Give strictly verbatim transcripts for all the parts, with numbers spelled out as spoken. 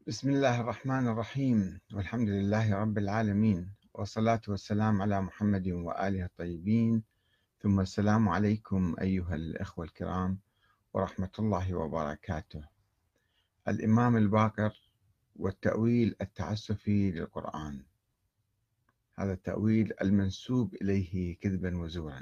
بسم الله الرحمن الرحيم والحمد لله رب العالمين والصلاة والسلام على محمد وآله الطيبين ثم السلام عليكم أيها الأخوة الكرام ورحمة الله وبركاته. الإمام الباقر والتأويل التعسفي للقرآن، هذا التأويل المنسوب إليه كذبا وزورا.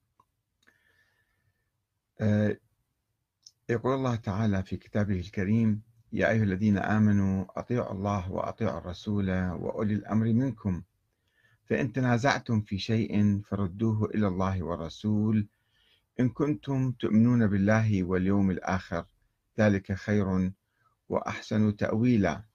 يقول الله تعالى في كتابه الكريم: يا أيها الذين آمنوا أطيعوا الله وأطيعوا الرسول وأولي الأمر منكم فإن تنازعتم في شيء فردوه إلى الله والرسول إن كنتم تؤمنون بالله واليوم الآخر ذلك خير وأحسن تأويلا.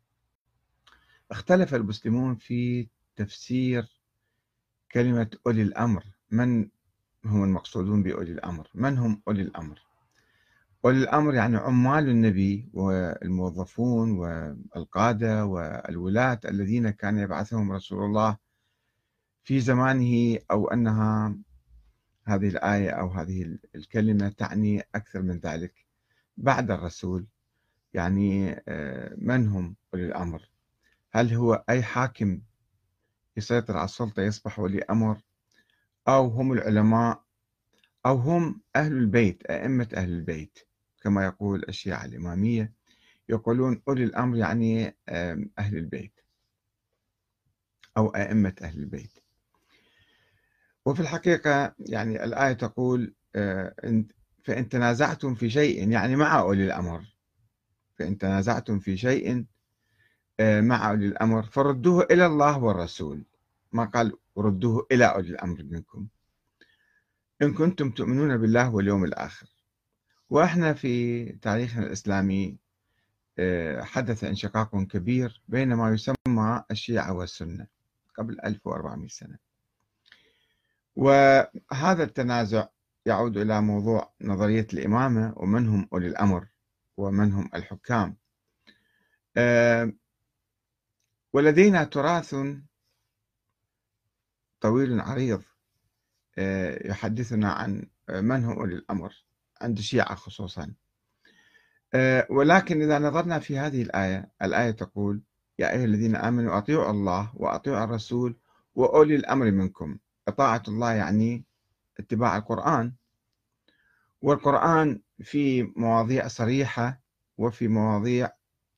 اختلف المسلمون في تفسير كلمة أولي الأمر. من هم المقصودون بأولي الأمر؟ من هم أولي الأمر؟ أولي الأمر يعني عمال النبي والموظفون والقادة والولاة الذين كان يبعثهم رسول الله في زمانه، أو أنها هذه الآية أو هذه الكلمة تعني أكثر من ذلك بعد الرسول. يعني من هم أولي الأمر؟ هل هو أي حاكم يسيطر على السلطة يصبح ولي أمر، أو هم العلماء، أو هم أهل البيت، أئمة أهل البيت كما يقول الشيعة الإمامية، يقولون أولي الأمر يعني أهل البيت أو أئمة أهل البيت. وفي الحقيقة يعني الآية تقول فإن تنازعتم في شيء يعني مع أولي الأمر، فإن تنازعتم في شيء مع أولي الأمر فردوه إلى الله والرسول، ما قال ردوه إلى أولي الأمر منكم، إن كنتم تؤمنون بالله واليوم الآخر. وإحنا في تاريخنا الإسلامي حدث انشقاق كبير بين ما يسمى الشيعة والسنة قبل ألف وأربعمئة سنة، وهذا التنازع يعود إلى موضوع نظرية الإمامة ومن هم أولي الأمر ومن هم الحكام. ولدينا تراث طويل عريض يحدثنا عن من هم أولي الأمر عند الشيعة خصوصا. ولكن إذا نظرنا في هذه الآية، الآية تقول: يا أيها الذين آمنوا أطيعوا الله وأطيعوا الرسول وأولي الأمر منكم. إطاعة الله يعني اتباع القرآن، والقرآن في مواضيع صريحة وفي مواضيع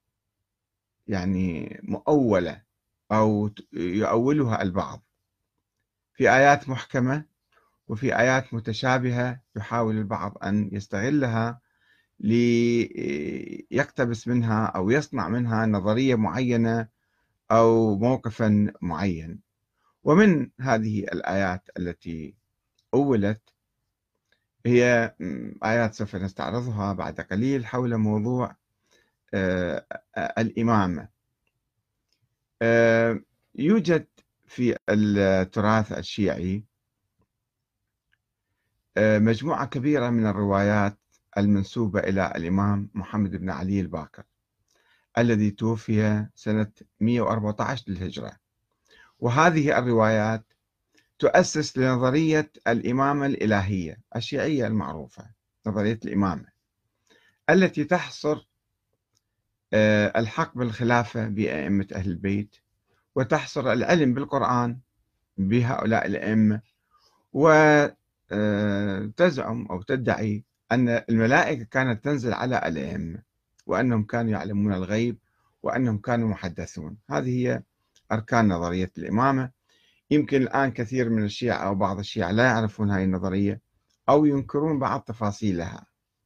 يعني مؤولة أو يؤولها البعض، في آيات محكمة وفي آيات متشابهة يحاول البعض أن يستغلها ليقتبس منها أو يصنع منها نظرية معينة أو موقفا معين. ومن هذه الآيات التي أولت هي آيات سوف نستعرضها بعد قليل حول موضوع الإمامة. يوجد في التراث الشيعي مجموعة كبيرة من الروايات المنسوبة إلى الإمام محمد بن علي الباقر الذي توفي سنة مئة وأربعة عشر للهجرة، وهذه الروايات تؤسس لنظرية الإمامة الإلهية الشيعية المعروفة، نظرية الإمامة التي تحصر الحق بالخلافة بأئمة أهل البيت، وتحصر العلم بالقرآن بهؤلاء الأئمة، وتزعم أو تدعي أن الملائكة كانت تنزل على الأئمة وأنهم كانوا يعلمون الغيب وأنهم كانوا محدثون. هذه هي أركان نظرية الإمامة. يمكن الآن كثير من الشيعة أو بعض الشيعة لا يعرفون هذه النظرية أو ينكرون بعض تفاصيلها.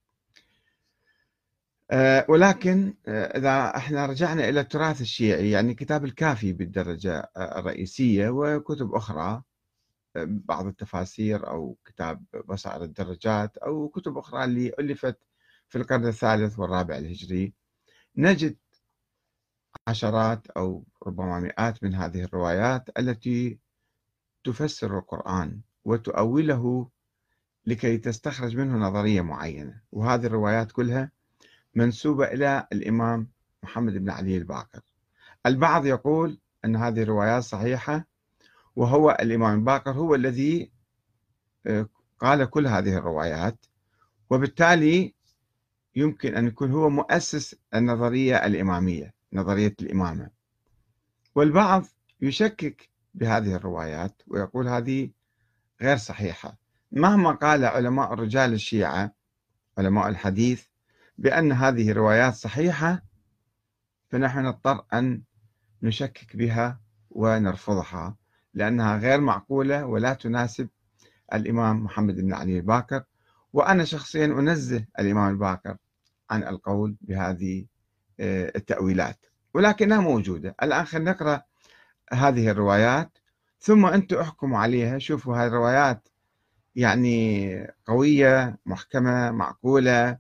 ولكن إذا احنا رجعنا إلى التراث الشيعي، يعني كتاب الكافي بالدرجة الرئيسية وكتب أخرى، بعض التفاسير أو كتاب بصائر الدرجات أو كتب أخرى اللي ألفت في القرن الثالث والرابع الهجري، نجد عشرات أو ربما مئات من هذه الروايات التي تفسر القرآن وتؤوله لكي تستخرج منه نظرية معينة. وهذه الروايات كلها منسوبة إلى الإمام محمد بن علي الباقر. البعض يقول أن هذه الروايات صحيحة، وهو الإمام الباقر هو الذي قال كل هذه الروايات، وبالتالي يمكن أن يكون هو مؤسس النظرية الإمامية، نظرية الإمامة. والبعض يشكك بهذه الروايات ويقول هذه غير صحيحة، مهما قال علماء رجال الشيعة علماء الحديث بأن هذه الروايات صحيحة، فنحن نضطر أن نشكك بها ونرفضها، لأنها غير معقولة ولا تناسب الإمام محمد بن علي الباكر. وأنا شخصيا أنزه الإمام الباكر عن القول بهذه التأويلات، ولكنها موجودة. الآن خلينا نقرأ هذه الروايات ثم أنتم احكموا عليها، شوفوا هذه الروايات يعني قوية محكمة معقولة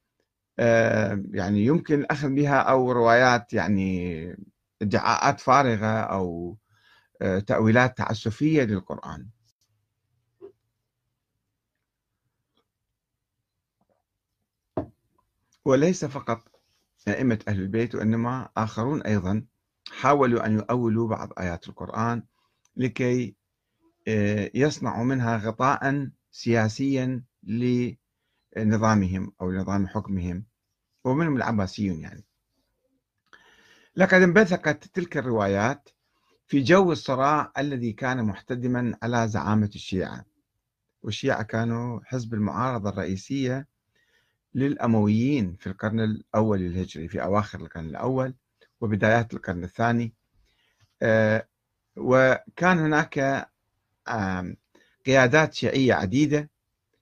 يعني يمكن الأخذ بها، أو روايات يعني ادعاءات فارغة أو تأويلات تعسفية للقرآن. وليس فقط أئمة أهل البيت، وإنما آخرون أيضا حاولوا أن يؤولوا بعض آيات القرآن لكي يصنعوا منها غطاء سياسيا لنظامهم أو نظام حكمهم، ومنهم العباسيون. يعني لقد انبثقت تلك الروايات في جو الصراع الذي كان محتدما على زعامة الشيعة، والشيعة كانوا حزب المعارضة الرئيسية للأمويين في القرن الأول الهجري، في أواخر القرن الأول وبدايات القرن الثاني. وكان هناك قيادات شيعية عديدة،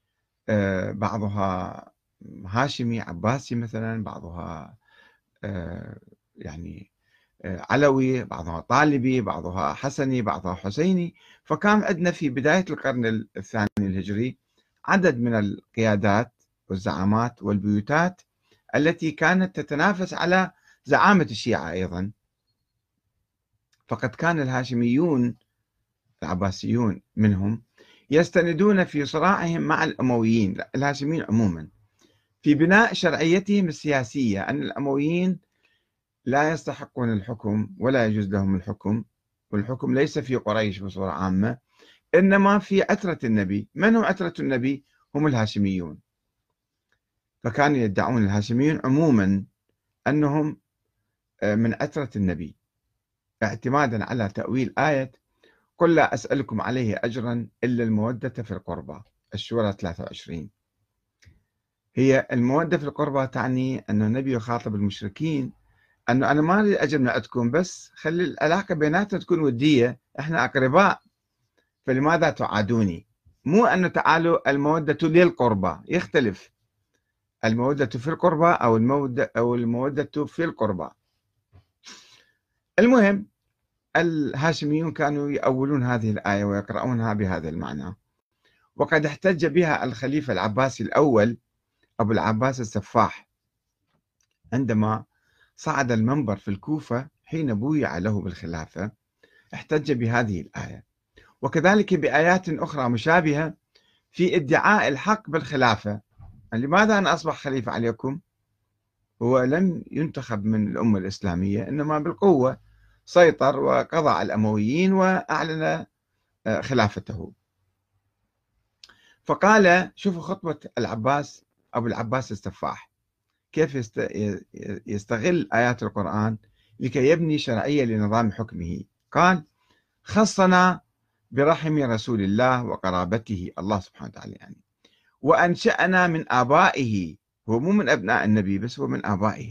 بعضها هاشمي عباسي مثلا، بعضها يعني علوي، بعضها طالبي، بعضها حسني، بعضها حسيني. فكان عندنا في بداية القرن الثاني الهجري عدد من القيادات والزعامات والبيوتات التي كانت تتنافس على زعامة الشيعة أيضا. فقد كان الهاشميون العباسيون منهم يستندون في صراعهم مع الأمويين، الهاشميين عموما، في بناء شرعيتهم السياسية، أن الأمويين لا يستحقون الحكم ولا يجوز لهم الحكم، والحكم ليس في قريش بصورة عامة، إنما في عترة النبي. من هم عترة النبي؟ هم الهاشميون. فكانوا يدعون الهاشميون عموما أنهم من عترة النبي، اعتمادا على تأويل آية قل لا أسألكم عليه أجرا إلا المودة في القربى، الشورى ثلاثة وعشرين. هي المودة في القربى تعني أن النبي يخاطب المشركين أنه أنا ما أريد أجر من عندكم، بس خلي العلاقة بيناتنا تكون ودية، إحنا أقرباء، فلماذا تعادوني؟ مو أنه تعالوا المودة للقربى، يختلف المودة في القربى أو المودة أو المودة في القربى. المهم الهاشميون كانوا يأولون هذه الآية ويقرؤونها بهذا المعنى، وقد احتج بها الخليفة العباسي الأول أبو العباس السفاح عندما صعد المنبر في الكوفة حين بويع له بالخلافة، احتج بهذه الآية، وكذلك بآيات أخرى مشابهة في ادعاء الحق بالخلافة. لماذا أنا أصبح خليفة عليكم؟ هو لم ينتخب من الأمة الإسلامية، إنما بالقوة سيطر وقضى على الأمويين وأعلن خلافته. فقال، شوفوا خطبة العباس أبو العباس السفاح كيف يستغل آيات القرآن لكي يبني شرعية لنظام حكمه. قال: خصنا برحم رسول الله وقرابته، الله سبحانه وتعالى يعني، وأنشأنا من آبائه، هو مو من أبناء النبي بس، هو من آبائه،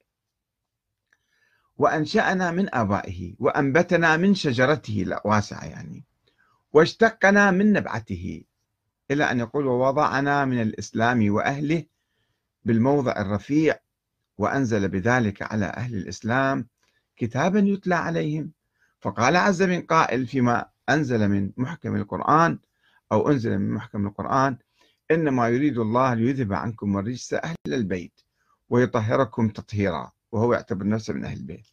وأنشأنا من آبائه وأنبتنا من شجرته واسعة يعني، واشتقنا من نبعته، إلى أن يقول: ووضعنا من الإسلام وأهله بالموضع الرفيع، وأنزل بذلك على أهل الإسلام كتابا يتلى عليهم. فقال عز من قائل فيما أنزل من محكم القرآن أو أنزل من محكم القرآن: إنما يريد الله ليذهب عنكم الرجس أهل البيت ويطهركم تطهيرا، وهو يعتبر نفسه من أهل البيت.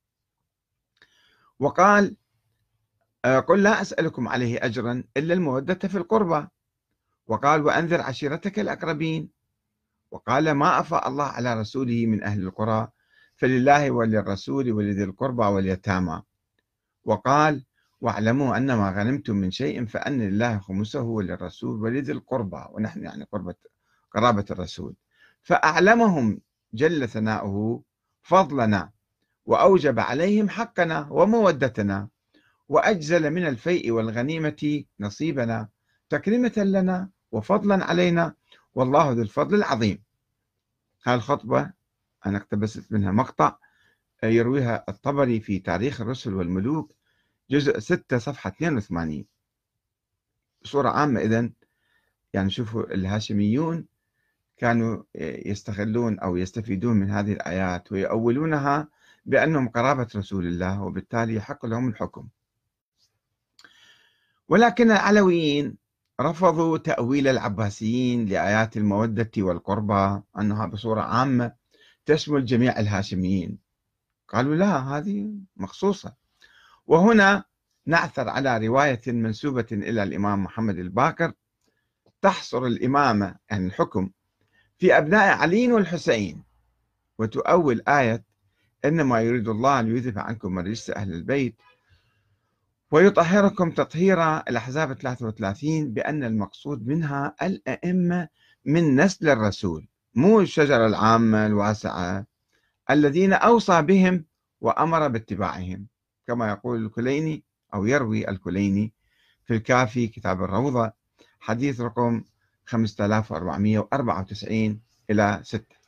وقال: قل لا أسألكم عليه أجرا إلا المودة في القربى. وقال: وأنذر عشيرتك الأقربين. وقال: ما أفاء الله على رسوله من أهل القرى فلله وللرسول ولذي القربى واليتامى. وقال: واعلموا أن ما غنمتم من شيء فأن لله خمسه وللرسول ولذي القربى، ونحن يعني قربة قرابة الرسول. فأعلمهم جل ثناؤه فضلنا وأوجب عليهم حقنا ومودتنا، وأجزل من الفيء والغنيمة نصيبنا تكريمة لنا وفضلا علينا، والله ذو الفضل العظيم. هذه الخطبة أنا اقتبست منها مقطع يرويها الطبري في تاريخ الرسل والملوك جزء ستة صفحة اثنين وثمانين. بصورة عامة إذن يعني شوفوا الهاشميون كانوا يستغلون أو يستفيدون من هذه الآيات ويؤولونها بأنهم قرابة رسول الله وبالتالي يحق لهم الحكم. ولكن العلويين رفضوا تأويل العباسيين لآيات المودة والقربى أنها بصورة عامة تشمل جميع الهاشميين، قالوا لا هذه مخصوصة. وهنا نعثر على رواية منسوبة إلى الإمام محمد الباقر تحصر الإمامة يعني الحكم في أبناء علي والحسين، وتؤول آية إنما يريد الله أن يذهب عنكم رجس أهل البيت ويطهركم تطهيرا، الأحزاب ثلاثة وثلاثين، بأن المقصود منها الأئمة من نسل الرسول، مو الشجرة العامة الواسعة الذين أوصى بهم وأمر باتباعهم، كما يقول الكليني أو يروي الكليني في الكافي كتاب الروضة حديث رقم خمسة آلاف وأربعمئة وأربعة وتسعين إلى ستة.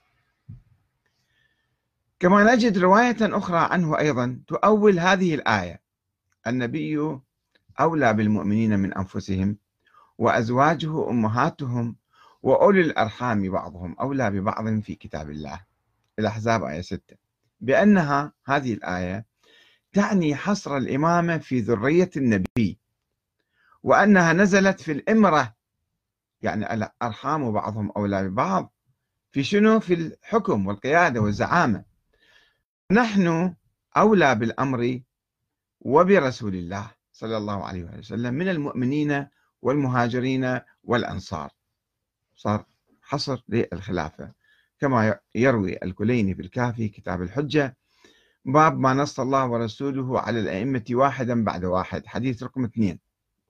كما نجد رواية أخرى عنه أيضا تؤول هذه الآية: النبي أولى بالمؤمنين من أنفسهم وأزواجه أمهاتهم وأولي الأرحام بعضهم أولى ببعض في كتاب الله، الأحزاب آية ستة، بأنها هذه الآية تعني حصر الإمامة في ذرية النبي، وأنها نزلت في الإمرة، يعني الأرحام بعضهم أولى ببعض في شنو؟ في الحكم والقيادة والزعامة. نحن أولى بالأمر وبرسول الله صلى الله عليه وسلم من المؤمنين والمهاجرين والأنصار، صار حصر للخلافة، كما يروي الكليني في الكافي كتاب الحجة باب ما نص الله ورسوله على الأئمة واحدا بعد واحد حديث رقم اثنين.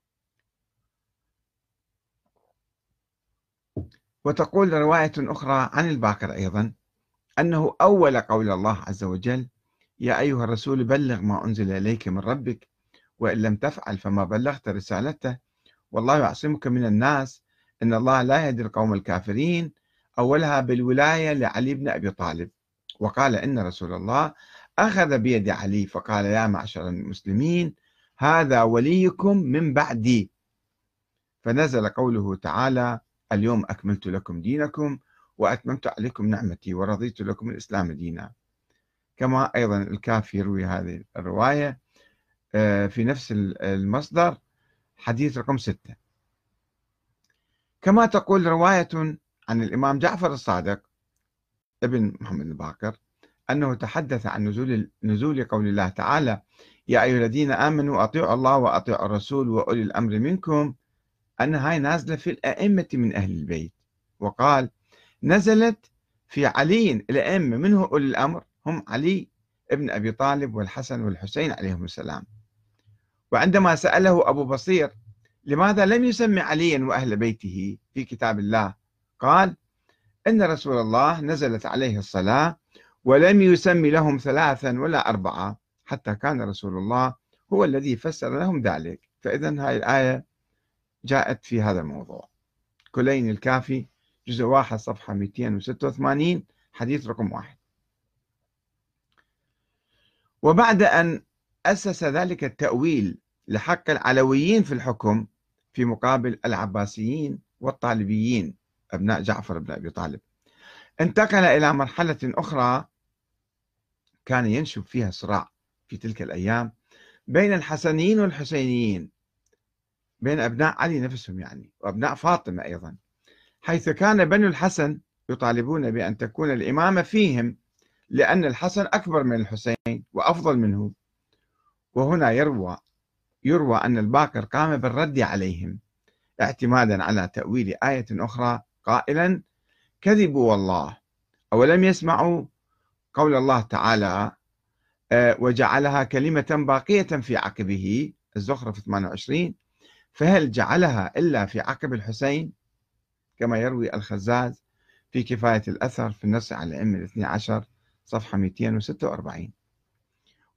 وتقول رواية أخرى عن الباقر أيضا أنه أول قول الله عز وجل: يا أيها الرسول بلغ ما أنزل إليك من ربك وإن لم تفعل فما بلغت رسالته والله يعصمك من الناس إن الله لا يهدي القوم الكافرين، أولها بالولاية لعلي بن أبي طالب، وقال إن رسول الله أخذ بيد علي فقال: يا معشر المسلمين هذا وليكم من بعدي، فنزل قوله تعالى: اليوم أكملت لكم دينكم وأتممت عليكم نعمتي ورضيت لكم الإسلام دينا. كما أيضا الكافي يروي هذه الرواية في نفس المصدر حديث رقم ستة. كما تقول رواية عن الإمام جعفر الصادق ابن محمد الباقر أنه تحدث عن نزول نزول قول الله تعالى: يا أيها الذين آمنوا أطيعوا الله وأطيعوا الرسول وأولي الأمر منكم، أن هاي نازلة في الأئمة من أهل البيت، وقال نزلت في علي الأئمة، منه أولي الأمر هم علي ابن أبي طالب والحسن والحسين عليهم السلام. وعندما سأله أبو بصير لماذا لم يسمي عليا وأهل بيته في كتاب الله، قال إن رسول الله نزلت عليه الصلاة ولم يسمي لهم ثلاثا ولا أربعة حتى كان رسول الله هو الذي فسر لهم ذلك. فإذا هذه الآية جاءت في هذا الموضوع. كلين الكافي جزء واحد صفحة مئتين وستة وثمانين حديث رقم واحد. وبعد أن أسس ذلك التأويل لحق العلويين في الحكم في مقابل العباسيين والطالبيين أبناء جعفر بن أبي طالب، انتقل إلى مرحلة أخرى كان ينشب فيها صراع في تلك الأيام بين الحسنيين والحسينيين، بين أبناء علي نفسهم يعني وأبناء فاطمة أيضا، حيث كان بنو الحسن يطالبون بأن تكون الإمامة فيهم لأن الحسن أكبر من الحسين وأفضل منه. وهنا يروى يروى أن الباقر قام بالرد عليهم اعتمادا على تأويل آية أخرى قائلا: كذبوا والله أولم يسمعوا قول الله تعالى وجعلها كلمة باقية في عقبه الزخرف ثمانية وعشرين، فهل جعلها إلا في عقب الحسين؟ كما يروي الخزاز في كفاية الأثر في النص على الأئمة الاثني عشر صفحة مئتين وستة وأربعين.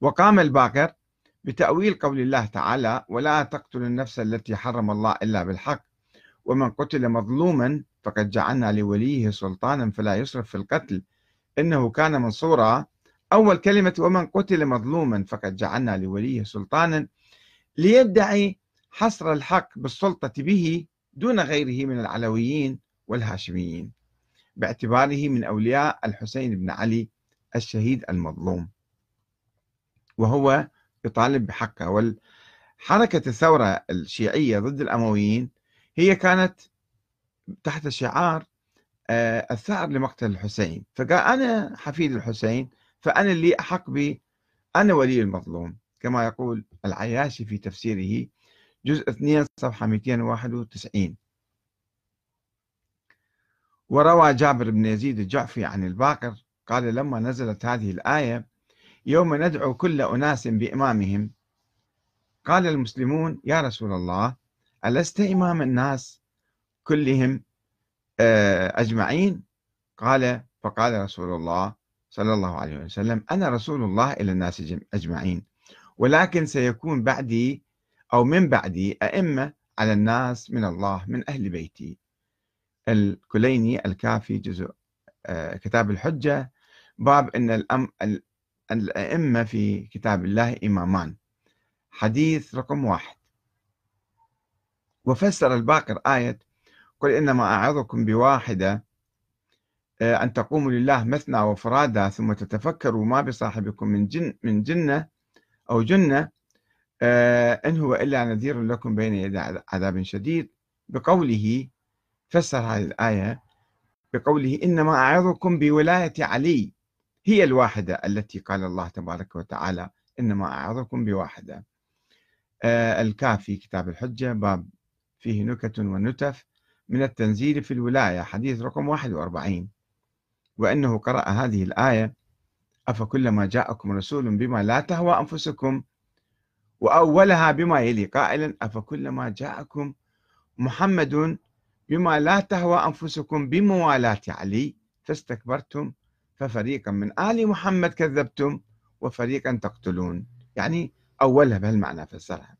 وقام الباقر بتأويل قول الله تعالى: ولا تقتلوا النفس التي حرم الله إلا بالحق ومن قتل مظلوما فقد جعلنا لوليه سلطانا فلا يسرف في القتل إنه كان منصورا. أول كلمة ومن قتل مظلوما فقد جعلنا لوليه سلطانا ليدعي حصر الحق بالسلطة به دون غيره من العلويين والهاشميين باعتباره من أولياء الحسين بن علي الشهيد المظلوم، وهو يطالب بحقه. والحركة الثورة الشيعية ضد الأمويين هي كانت تحت شعار الثأر لمقتل الحسين، فقال أنا حفيد الحسين فأنا اللي أحق ب أنا ولي المظلوم، كما يقول العياشي في تفسيره جزء اثنين صفحة مئتين وواحد وتسعين. وروى جابر بن يزيد الجعفي عن الباقر قال: لما نزلت هذه الآية يوم ندعو كل أناس بإمامهم قال المسلمون: يا رسول الله ألست إمام الناس كلهم أجمعين؟ قال فقال رسول الله صلى الله عليه وسلم: أنا رسول الله إلى الناس أجمعين، ولكن سيكون بعدي أو من بعدي أئمة على الناس من الله من أهل بيتي. الكليني الكافي جزء كتاب الحجة باب أن الأم الأئمة في كتاب الله إمامان، حديث رقم واحد. وفسر الباقر آية: قل إنما أعظكم بواحدة أن تقوموا لله مثنى وفرادى ثم تتفكروا ما بصاحبكم من جن من جنة أو جنة إن هو إلا نذير لكم بين يدي عذاب شديد، بقوله فسر هذه الآية بقوله: إنما أعظكم بولاية علي هي الواحدة التي قال الله تبارك وتعالى إنما أعظكم بواحدة. الكافي كتاب الحجة باب فيه نكت ونتف من التنزيل في الولاية، حديث رقم واحد وأربعين. وأنه قرأ هذه الآية: أفكلما جاءكم رسول بما لا تهوى أنفسكم، وأولها بما يلي قائلا: أفكلما جاءكم محمد بما لا تهوى أنفسكم بموالاة علي فاستكبرتم ففريقا من آل محمد كذبتم وفريقا تقتلون. يعني أولها بهالمعنى فسرها.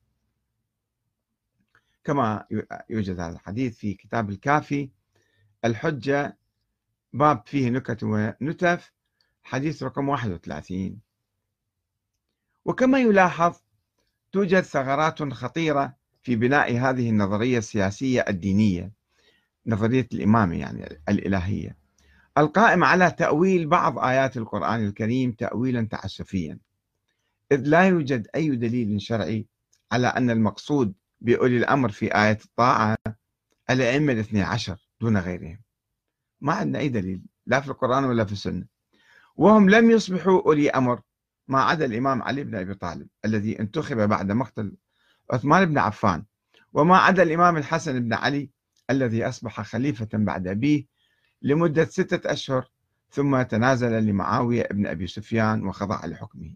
كما يوجد هذا الحديث في كتاب الكافي الحجة باب فيه نكت ونتف، حديث رقم واحد وثلاثين. وكما يلاحظ توجد ثغرات خطيرة في بناء هذه النظرية السياسية الدينية، نظرية الإمامة يعني الإلهية، القائمة على تأويل بعض آيات القرآن الكريم تأويلا تعسفيا، إذ لا يوجد أي دليل شرعي على أن المقصود بأولي الأمر في آية الطاعة الأئمة الاثني عشر دون غيرهم. ما عندنا أي دليل لا في القرآن ولا في السنة، وهم لم يصبحوا أولي أمر ما عدا الإمام علي بن أبي طالب الذي انتخب بعد مقتل عثمان بن عفان، وما عدا الإمام الحسن بن علي الذي أصبح خليفة بعد أبيه لمدة ستة أشهر ثم تنازل لمعاوية بن أبي سفيان وخضع لحكمه.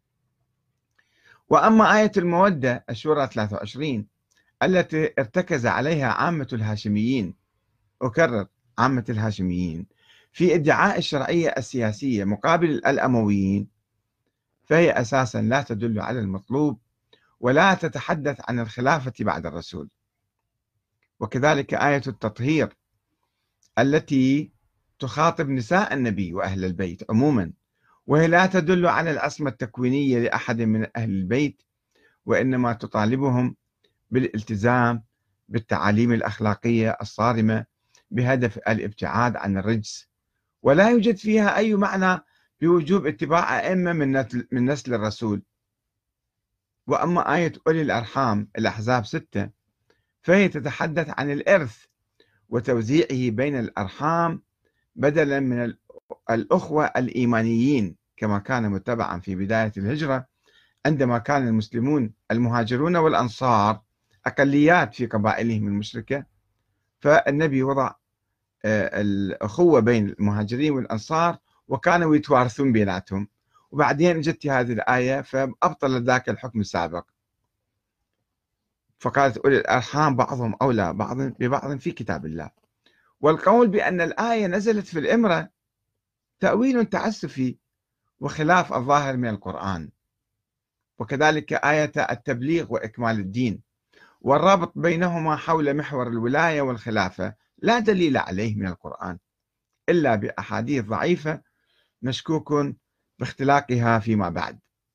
وأما آية المودة الشورى ثلاثة وعشرين التي ارتكز عليها عامة الهاشميين، أكرر عامة الهاشميين، في ادعاء الشرعية السياسية مقابل الأمويين، فهي أساسا لا تدل على المطلوب ولا تتحدث عن الخلافة بعد الرسول. وكذلك آية التطهير التي تخاطب نساء النبي وأهل البيت عموما، وهي لا تدل على العصمة التكوينية لأحد من أهل البيت، وإنما تطالبهم بالالتزام بالتعاليم الأخلاقية الصارمة بهدف الابتعاد عن الرجس، ولا يوجد فيها أي معنى بوجوب اتباع أئمة من نسل الرسول. وأما آية أولي الأرحام الأحزاب ستة فهي تتحدث عن الإرث وتوزيعه بين الأرحام بدلا من الأخوة الإيمانيين كما كان متبعا في بداية الهجرة، عندما كان المسلمون المهاجرون والأنصار أقليات في قبائلهم المشركة، فالنبي وضع الأخوة بين المهاجرين والأنصار وكانوا يتوارثون بيناتهم، وبعدين جت هذه الآية فأبطل ذاك الحكم السابق، فقالت أولي الأرحام بعضهم أولى بعض ببعض في كتاب الله. والقول بأن الآية نزلت في الإمرة تأويل تعسفي وخلاف الظاهر من القرآن، وكذلك آية التبليغ وإكمال الدين، والرابط بينهما حول محور الولاية والخلافة لا دليل عليه من القرآن إلا بأحاديث ضعيفة مشكوك باختلاقها فيما بعد.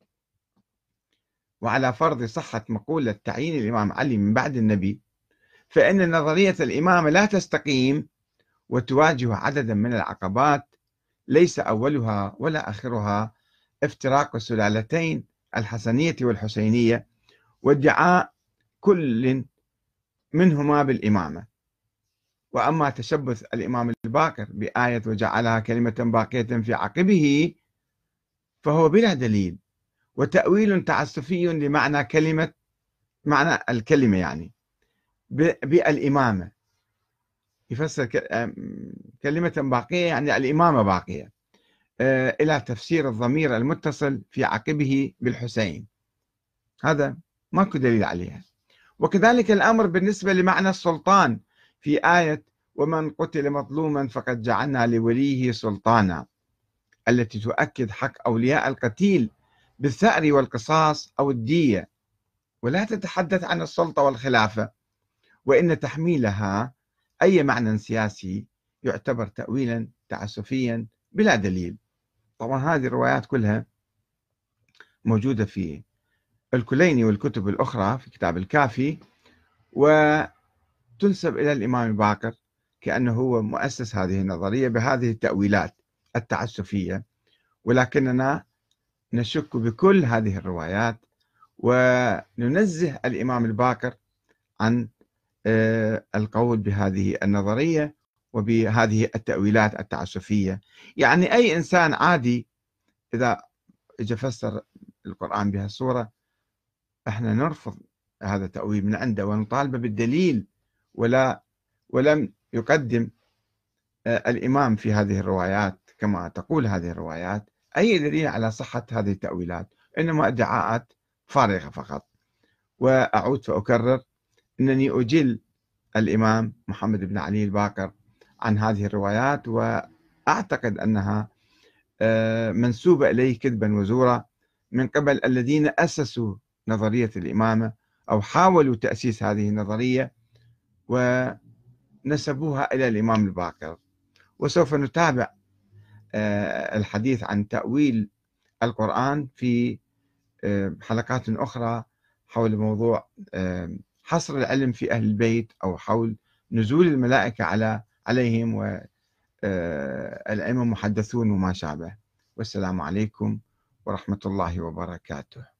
وعلى فرض صحة مقولة تعيين الإمام علي من بعد النبي، فإن نظرية الإمامة لا تستقيم وتواجه عددا من العقبات، ليس أولها ولا آخرها افتراق السلالتين الحسنية والحسينية وادعاء كل منهما بالإمامة. وأما تشبث الإمام الباقر بآية وجعلها كلمة باقية في عقبه فهو بلا دليل وتأويل تعسفي لمعنى كلمة معنى الكلمة يعني بالإمامة، يفسر كلمة باقية يعني الإمامة باقية إلى تفسير الضمير المتصل في عقبه بالحسين، هذا ماكو دليل عليها. وكذلك الأمر بالنسبة لمعنى السلطان في آية ومن قتل مظلوما فقد جعلنا لوليه سلطانا، التي تؤكد حق أولياء القتيل بالثأر والقصاص أو الدية، ولا تتحدث عن السلطة والخلافة، وإن تحميلها أي معنى سياسي يعتبر تأويلا تعسفيا بلا دليل. طبعا هذه الروايات كلها موجودة في الكليني والكتب الأخرى في كتاب الكافي، وتنسب إلى الإمام الباقر كأنه هو مؤسس هذه النظرية بهذه التأويلات التعسفية، ولكننا نشك بكل هذه الروايات وننزه الإمام الباقر عن القول بهذه النظرية وبهذه التأويلات التعسفية. يعني أي إنسان عادي إذا اجى فسر القرآن بهالصورة احنا نرفض هذا التأويل من عنده ونطالبه بالدليل، ولا ولم يقدم الإمام في هذه الروايات كما تقول هذه الروايات أي دليل على صحة هذه التأويلات، إنما ادعاءات فارغة فقط. وأعود فأكرر أنني أجل الإمام محمد بن علي الباقر عن هذه الروايات، وأعتقد أنها منسوبة إليه كذبا وزورا من قبل الذين أسسوا نظرية الإمامة أو حاولوا تأسيس هذه النظرية ونسبوها إلى الإمام الباقر. وسوف نتابع الحديث عن تأويل القرآن في حلقات أخرى حول موضوع حصر العلم في أهل البيت أو حول نزول الملائكة على عليهم والأئمة محدثون وما شابه. والسلام عليكم ورحمة الله وبركاته.